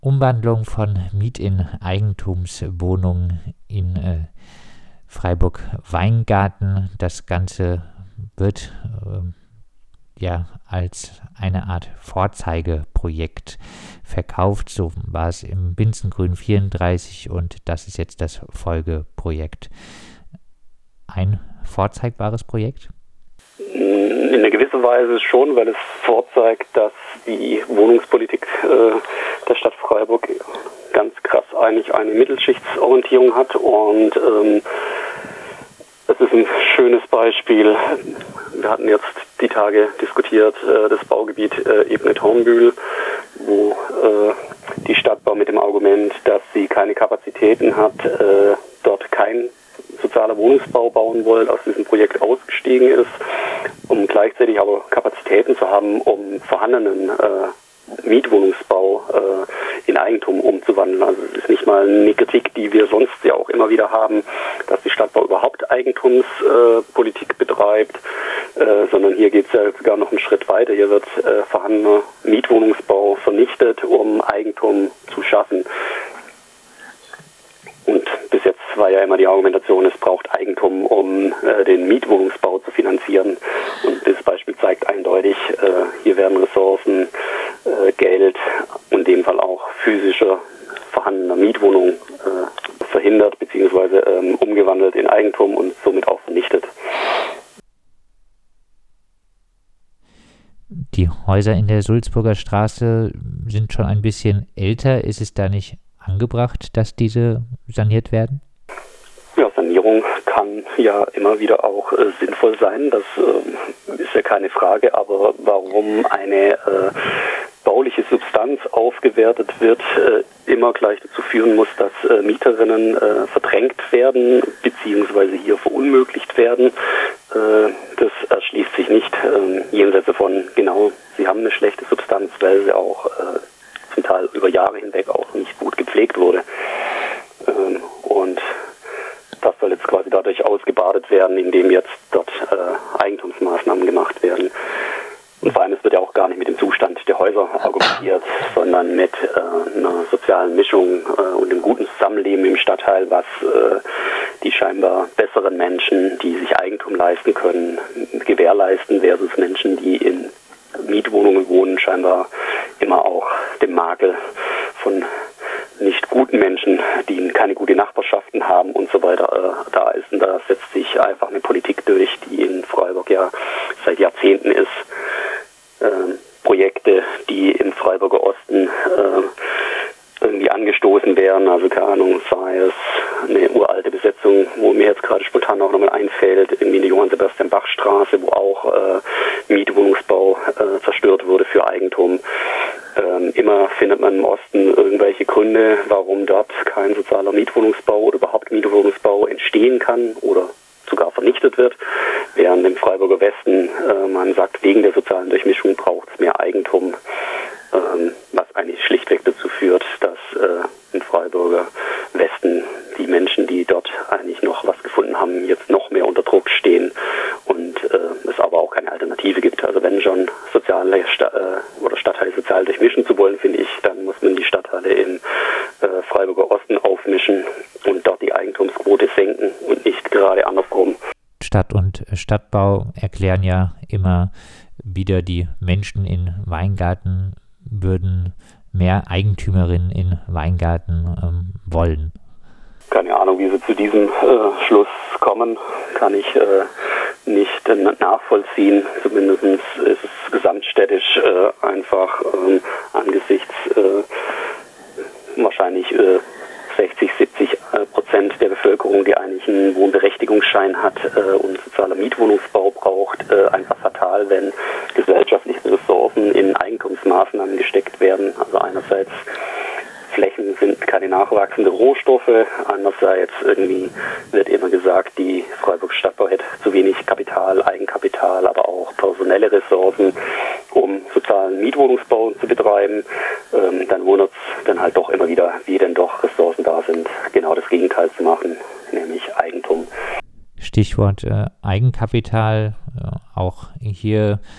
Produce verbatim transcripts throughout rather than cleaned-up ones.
Umwandlung von Miet- in Eigentumswohnungen in äh, Freiburg-Weingarten. Das Ganze wird äh, ja als eine Art Vorzeigeprojekt verkauft. So war es im Binzengrün vierunddreißig und das ist jetzt das Folgeprojekt. Ein vorzeigbares Projekt? In einer gewissen Weise schon, weil es vorzeigt, dass die Wohnungspolitik äh, der Stadt Freiburg ganz krass eigentlich eine Mittelschichtsorientierung hat und ähm, es ist ein schönes Beispiel. Wir hatten jetzt die Tage diskutiert, äh, das Baugebiet äh, Ebnet-Hornbühl, wo äh, die Stadtbau mit dem Argument, dass sie keine Kapazitäten hat, äh, dort kein sozialer Wohnungsbau bauen wollen, aus diesem Projekt ausgestiegen ist, um gleichzeitig aber Kapazitäten zu haben, um vorhandenen äh, Mietwohnungsbau äh, in Eigentum umzuwandeln. Also es ist nicht mal eine Kritik, die wir sonst ja auch immer wieder haben, dass die Stadtbau überhaupt Eigentumspolitik äh, betreibt, äh, sondern hier geht es ja sogar noch einen Schritt weiter. Hier wird äh, vorhandener Mietwohnungsbau vernichtet, um Eigentum zu schaffen. Und bis jetzt war ja immer die Argumentation, es braucht Eigentum, um äh, den Mietwohnungsbau zu finanzieren. Und dieses Beispiel zeigt eindeutig, äh, hier werden Ressourcen, äh, Geld und in dem Fall auch physische vorhandener Mietwohnung äh, verhindert bzw. Ähm, umgewandelt in Eigentum und somit auch vernichtet. Die Häuser in der Sulzburger Straße sind schon ein bisschen älter. Ist es da nicht angebracht, dass diese saniert werden? Ja, Sanierung kann ja immer wieder auch äh, sinnvoll sein, das äh, ist ja keine Frage, aber warum eine äh, bauliche Substanz aufgewertet wird, äh, immer gleich dazu führen muss, dass äh, Mieterinnen äh, verdrängt werden, beziehungsweise hier verunmöglicht werden, äh, das erschließt sich nicht, äh, jenseits davon, genau, sie haben eine schlechte Substanz, weil sie auch äh, zum Teil über Jahre hinweg auch nicht gut gepflegt wurde. Ähm, und das soll jetzt quasi dadurch ausgebadet werden, indem jetzt dort äh, Eigentumsmaßnahmen gemacht werden. Und vor allem, es wird ja auch gar nicht mit dem Zustand der Häuser argumentiert, sondern mit äh, einer sozialen Mischung äh, und dem guten Zusammenleben im Stadtteil, was äh, die scheinbar besseren Menschen, die sich Eigentum leisten können, gewährleisten, versus Menschen, die in Mietwohnungen wohnen, scheinbar immer auch dem Makel von nicht guten Menschen, die keine gute Nachbarschaften haben und so weiter, äh, da ist. Und da setzt sich einfach eine Politik durch, die in Freiburg ja seit Jahrzehnten ist. Äh, Projekte, die im Freiburger Osten äh, irgendwie angestoßen werden, also keine Ahnung, sei es eine uralte Besetzung, wo mir jetzt gerade spontan auch nochmal einfällt, irgendwie in der Johann-Sebastian-Bach-Straße, wo auch äh, Mietwohnungsbau äh, zerstört wurde für Eigentum. Ähm, immer findet man im Osten irgendwelche Gründe, warum dort kein sozialer Mietwohnungsbau oder überhaupt Mietwohnungsbau entstehen kann oder sogar vernichtet wird, während im Freiburger Westen äh, man sagt, wegen der sozialen Durchmischung braucht es mehr Eigentum, ähm, was eigentlich schlichtweg dazu führt, dass äh, im Freiburger Westen die Menschen, die dort eigentlich noch was gefunden haben, jetzt noch mehr unter Druck stehen und äh, es aber auch keine Alternative gibt. Also wenn schon soziale Sta- äh, oder Stadtteile sozial durchmischen zu wollen, finde ich, dann muss man die Stadtteile im äh, Freiburger Osten aufmischen und dort die Eigentumsquote senken und nicht gerade andersrum. Stadt und Stadtbau erklären ja immer wieder, die Menschen in Weingarten würden mehr Eigentümerinnen in Weingarten ähm, wollen. Keine Ahnung, wie sie zu diesem äh, Schluss kommen, kann ich äh, nicht äh, nachvollziehen. Zumindest ist es gesamtstädtisch äh, einfach äh, angesichts äh, wahrscheinlich äh, sechzig, siebzig Prozent der Bevölkerung, die eigentlich einen Wohnberechtigungsschein hat äh, und sozialer Mietwohnungsbau braucht, äh, einfach fatal, wenn gesellschaftliche Ressourcen in Eigentumsmaßnahmen gesteckt werden. Also einerseits Flächen sind keine nachwachsenden Rohstoffe, andererseits irgendwie wird immer gesagt, die Freiburg Stadtbau hätte zu wenig Kapital, Eigenkapital, aber auch personelle Ressourcen, um sozialen Mietwohnungsbau zu betreiben. Ähm, dann wundert es dann halt doch immer wieder, wie denn doch Ressourcen da sind, genau das Gegenteil zu machen, nämlich Eigentum. Stichwort äh, Eigenkapital, äh, auch hier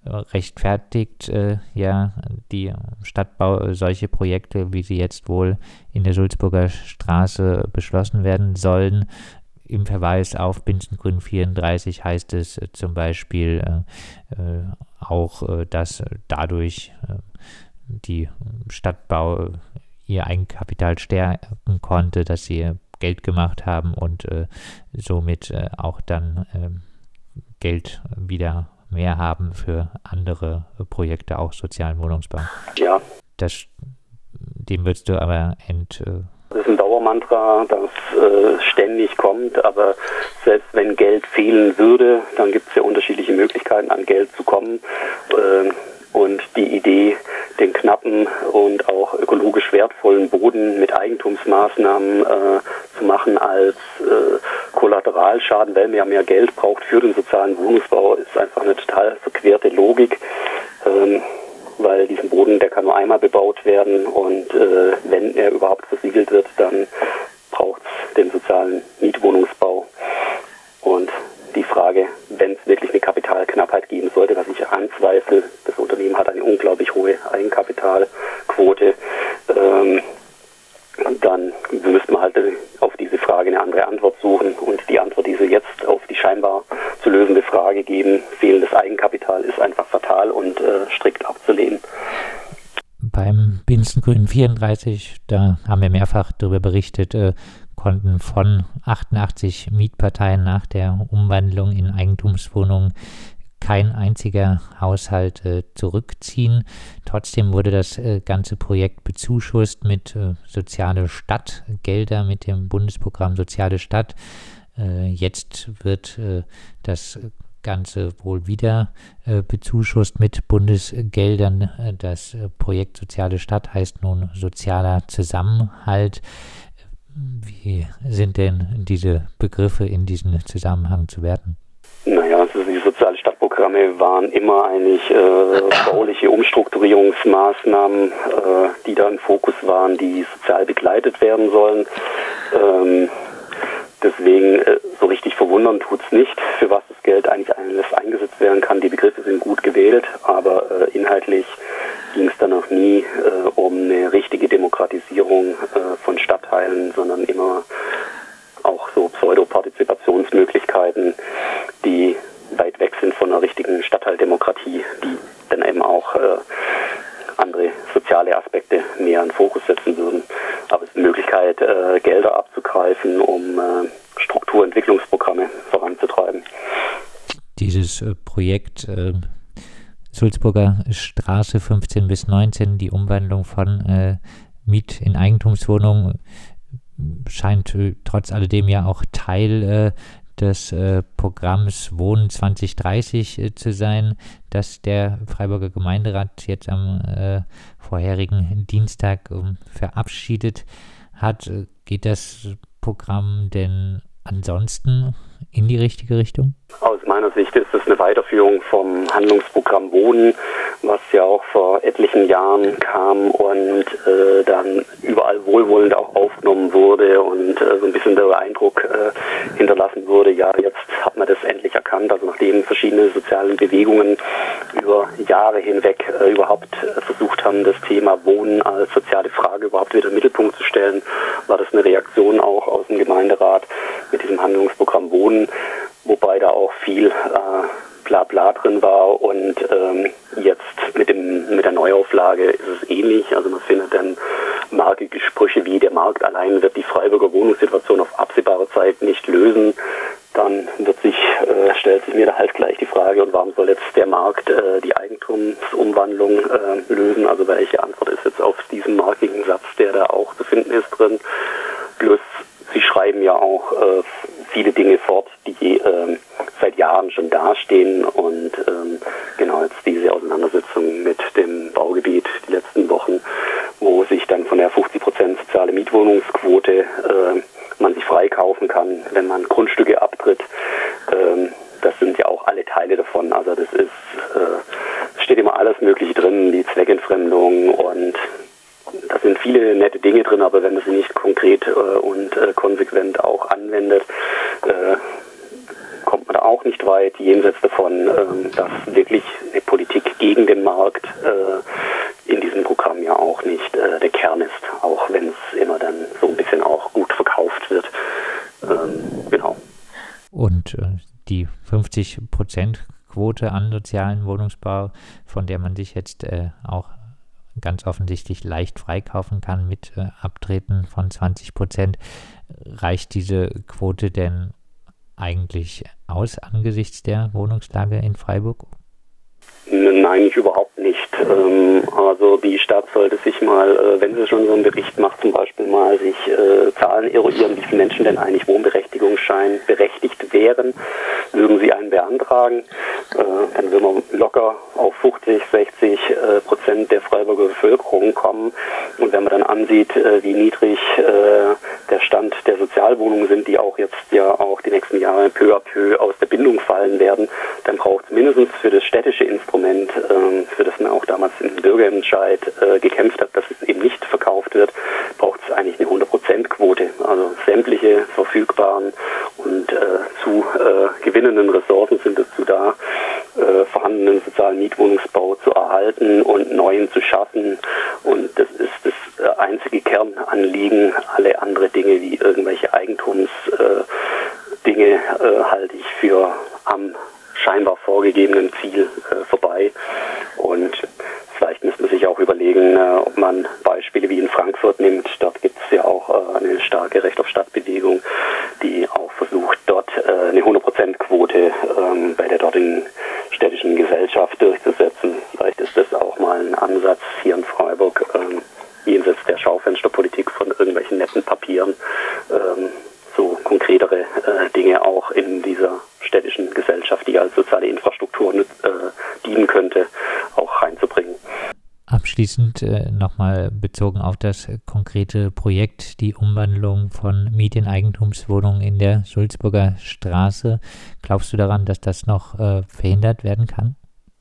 rechtfertigt äh, ja die Stadtbau äh, solche Projekte, wie sie jetzt wohl in der Sulzburger Straße beschlossen werden sollen. Im Verweis auf Binsengrün vierunddreißig heißt es äh, zum Beispiel äh, äh, auch, äh, dass dadurch äh, die Stadtbau äh, ihr Eigenkapital stärken konnte, dass sie Geld gemacht haben und äh, somit äh, auch dann äh, Geld wieder mehr haben für andere äh, Projekte, auch sozialen Wohnungsbau. Ja. Das, dem würdest du aber ent... Äh, das ist ein Dauermantra, das äh, ständig kommt, aber selbst wenn Geld fehlen würde, dann gibt es ja unterschiedliche Möglichkeiten, an Geld zu kommen. Äh, und die Idee, den knappen und auch ökologisch wertvollen Boden mit Eigentumsmaßnahmen äh, zu machen als äh, Kollateralschaden, weil man ja mehr Geld braucht für den sozialen Wohnungsbau, ist einfach eine total verquerte Logik. Ähm, weil diesen Boden, der kann nur einmal bebaut werden und äh, wenn er überhaupt versiegelt wird, dann braucht es den sozialen Mietwohnungsbau. Und die Frage, wenn es wirklich eine Kapitalknappheit geben sollte, was ich anzweifle, das Unternehmen hat eine unglaublich hohe Eigenkapitalquote, ähm, dann müsste man halt auf diese Frage eine andere Antwort suchen und die Antwort, die sie jetzt auf die scheinbar zu lösende Frage geben, fehlendes Eigenkapital, ist einfach fatal und äh, strikt abzulehnen. Beim Binsengrün vierunddreißig, da haben wir mehrfach darüber berichtet, äh, konnten von achtundachtzig Mietparteien nach der Umwandlung in Eigentumswohnungen kein einziger Haushalt äh, zurückziehen. Trotzdem wurde das äh, ganze Projekt bezuschusst mit äh, Soziale Stadtgelder, mit dem Bundesprogramm Soziale Stadt. Äh, jetzt wird äh, das Ganze wohl wieder äh, bezuschusst mit Bundesgeldern. Äh, das äh, Projekt Soziale Stadt heißt nun Sozialer Zusammenhalt. Wie sind denn diese Begriffe in diesem Zusammenhang zu werten? Naja, also die soziale Stadtprogramme waren immer eigentlich äh, bauliche Umstrukturierungsmaßnahmen, äh, die da im Fokus waren, die sozial begleitet werden sollen. Ähm, deswegen äh, so richtig verwundern tut es nicht, für was das Geld eigentlich alles eingesetzt werden kann. Die Begriffe sind gut gewählt, aber äh, inhaltlich ging es dann noch nie äh, um eine richtige Demokratisierung äh, von Stadtteilen, sondern immer auch so Pseudo-Partizipationsmöglichkeiten, die weit weg sind von einer richtigen Stadtteildemokratie, die dann eben auch äh, andere soziale Aspekte mehr in den Fokus setzen würden. Aber es ist eine Möglichkeit, äh, Gelder abzugreifen, um äh, Strukturentwicklungsprogramme voranzutreiben. Dieses äh, Projekt äh, Sulzburger Straße fünfzehn bis neunzehn, die Umwandlung von äh, Miet- in Eigentumswohnungen, scheint äh, trotz alledem ja auch Teil äh, des äh, Programms Wohnen zwanzig dreißig äh, zu sein, das der Freiburger Gemeinderat jetzt am äh, vorherigen Dienstag ähm, verabschiedet hat. Äh, geht das Programm denn ansonsten in die richtige Richtung? Aus meiner Sicht ist es eine Weiterführung vom Handlungsprogramm Wohnen, was ja auch vor etlichen Jahren kam und äh, dann überall wohlwollend auch aufgenommen wurde und äh, so ein bisschen der Eindruck äh, hinterlassen wurde, ja, jetzt hat man das endlich erkannt, also nachdem verschiedene soziale Bewegungen über Jahre hinweg äh, überhaupt äh, versucht haben, das Thema Wohnen als soziale Frage überhaupt wieder in den Mittelpunkt zu stellen, war das eine Reaktion auch aus dem Gemeinderat mit diesem Handlungsprogramm Wohnen, wobei da auch viel äh, Blabla drin war und ähm, jetzt mit dem mit der Neuauflage ist es ähnlich. Also man findet dann markige Sprüche wie der Markt allein wird die Freiburger Wohnungssituation auf absehbare Zeit nicht lösen. Dann wird sich, äh, stellt sich mir da halt gleich die Frage, und warum soll jetzt der Markt äh, die Eigentumsumwandlung äh, lösen? Also welche Antwort ist jetzt auf diesen markigen Satz, der da auch zu finden ist, drin? Plus Sie schreiben ja auch äh, viele Dinge fort, die äh, seit Jahren schon dastehen und ähm, genau jetzt diese Auseinandersetzung mit dem Baugebiet die letzten Wochen, wo sich dann von der fünfzig Prozent soziale Mietwohnungsquote äh, man sich freikaufen kann, wenn man Grundstücke abtritt. Ähm, das sind ja auch alle Teile davon. Also das ist, äh, steht immer alles Mögliche drin, die Zweckentfremdung und da sind viele nette Dinge drin, aber wenn man sie nicht konkret äh, und äh, konsequent auch anwendet, äh, kommt man da auch nicht weit, jenseits davon, äh, dass wirklich eine Politik fünfzig Prozent Quote an sozialen Wohnungsbau, von der man sich jetzt äh, auch ganz offensichtlich leicht freikaufen kann mit äh, Abtreten von zwanzig Prozent. Reicht diese Quote denn eigentlich aus angesichts der Wohnungslage in Freiburg? Nein, eigentlich überhaupt nicht. Also die Stadt sollte sich mal, wenn sie schon so einen Bericht macht, zum Beispiel mal sich Zahlen eruieren, wie viele Menschen denn eigentlich Wohnberechtigungsschein berechtigt wären, würden sie einen beantragen. Dann würden wir locker auf fünfzig, sechzig Prozent der Freiburger Bevölkerung kommen. Und wenn man dann ansieht, wie niedrig der Stand der Sozialwohnungen sind, die auch jetzt ja auch die nächsten Jahre peu à peu aus der Bindung fallen werden, dann braucht es mindestens für das städtische Instrument, für das man auch damals im Bürgerentscheid gekämpft hat, dass es eben nicht verkauft wird, braucht es eigentlich eine hundert Prozent Quote. Also sämtliche verfügbaren und äh, zu äh, gewinnenden Ressourcen sind dazu da, äh, vorhandenen sozialen Mietwohnungsbau zu erhalten und neuen zu schaffen. Und das ist das äh, einzige Kernanliegen. Alle andere Dinge wie irgendwelche Eigentumsdinge äh, äh, halte ich für am scheinbar vorgegebenen Ziel äh, vorbei. Und vielleicht müsste man sich auch überlegen, äh, ob man Beispiele wie in Frankfurt nimmt. Dort gibt es ja auch äh, eine starke Recht auf Stadtbewegung, die auch versucht, dort äh, eine hundert Prozent Quote ähm, bei der dortigen städtischen Gesellschaft durchzusetzen. Vielleicht ist das auch mal ein Ansatz hier in Freiburg, ähm, jenseits der Schaufensterpolitik von irgendwelchen netten Papieren, ähm, so konkretere äh, Dinge auch in dieser städtischen Gesellschaft, die als soziale Infrastruktur äh, dienen könnte, auch reinzubringen. Abschließend äh, nochmal bezogen auf das konkrete Projekt, die Umwandlung von Medieneigentumswohnungen in der Sulzburger Straße. Glaubst du daran, dass das noch äh, verhindert werden kann?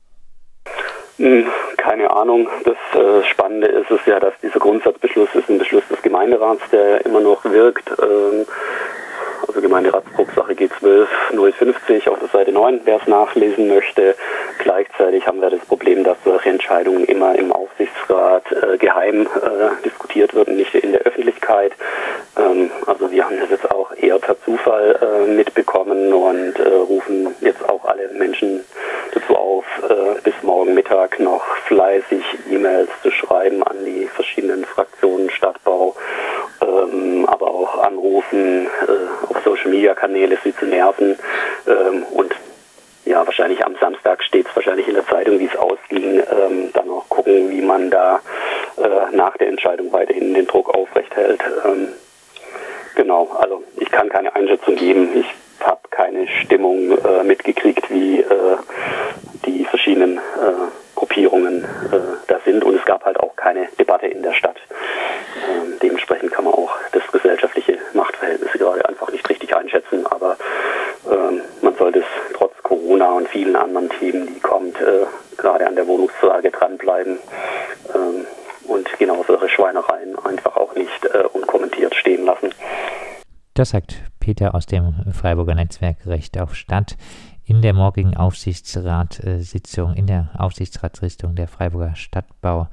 Hm, keine Ahnung. Das äh, Spannende ist es ja, dass dieser Grundsatzbeschluss ist ein Beschluss des Gemeinderats, der immer noch wirkt. Ähm, Also Gemeinderatsdrucksache G zwölf null fünfzig auf der Seite neun, wer es nachlesen möchte. Gleichzeitig haben wir das Problem, dass solche Entscheidungen immer im Aufsichtsrat äh, geheim äh, diskutiert werden, nicht in der Öffentlichkeit. Ähm, also wir haben das jetzt auch eher per Zufall äh, mitbekommen und äh, rufen jetzt auch alle Menschen dazu auf, äh, bis morgen Mittag noch fleißig E-Mails zu schreiben an die verschiedenen Fraktionen Stadtbau, ähm, aber auch anrufen, äh, auf Social-Media-Kanäle sie zu nerven ähm, und ja, wahrscheinlich am Samstag steht es wahrscheinlich in der Zeitung, wie es ausging, ähm, dann auch gucken, wie man da äh, nach der Entscheidung weiterhin den Druck aufrechthält. Ähm, genau, also ich kann keine Einschätzung geben. Ich habe keine Stimmung äh, mitgekriegt, wie äh, die verschiedenen äh, Gruppierungen äh, da sind und es gab halt auch keine Debatte in der Stadt. Ähm, dementsprechend kann man auch das gesellschaftliche Machtverhältnis gerade einfach nicht richtig einschätzen, aber ähm, man sollte es trotz Corona und vielen anderen Themen, die kommt, äh, gerade an der Wohnungsfrage dranbleiben ähm, und genau solche Schweinereien einfach auch nicht äh, unkommentiert stehen lassen. Das sagt Peter aus dem Freiburger Netzwerk Recht auf Stadt in der morgigen Aufsichtsratssitzung, in der Aufsichtsratssitzung der Freiburger Stadtbau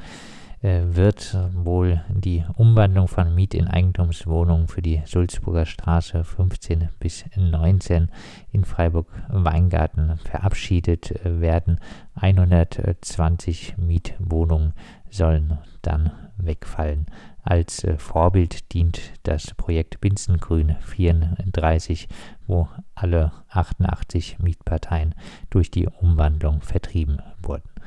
wird wohl die Umwandlung von Miet- in Eigentumswohnungen für die Sulzburger Straße fünfzehn bis neunzehn in Freiburg-Weingarten verabschiedet werden. hundertzwanzig Mietwohnungen sollen dann wegfallen. Als Vorbild dient das Projekt Binzengrün vierunddreißig, wo alle achtundachtzig Mietparteien durch die Umwandlung vertrieben wurden.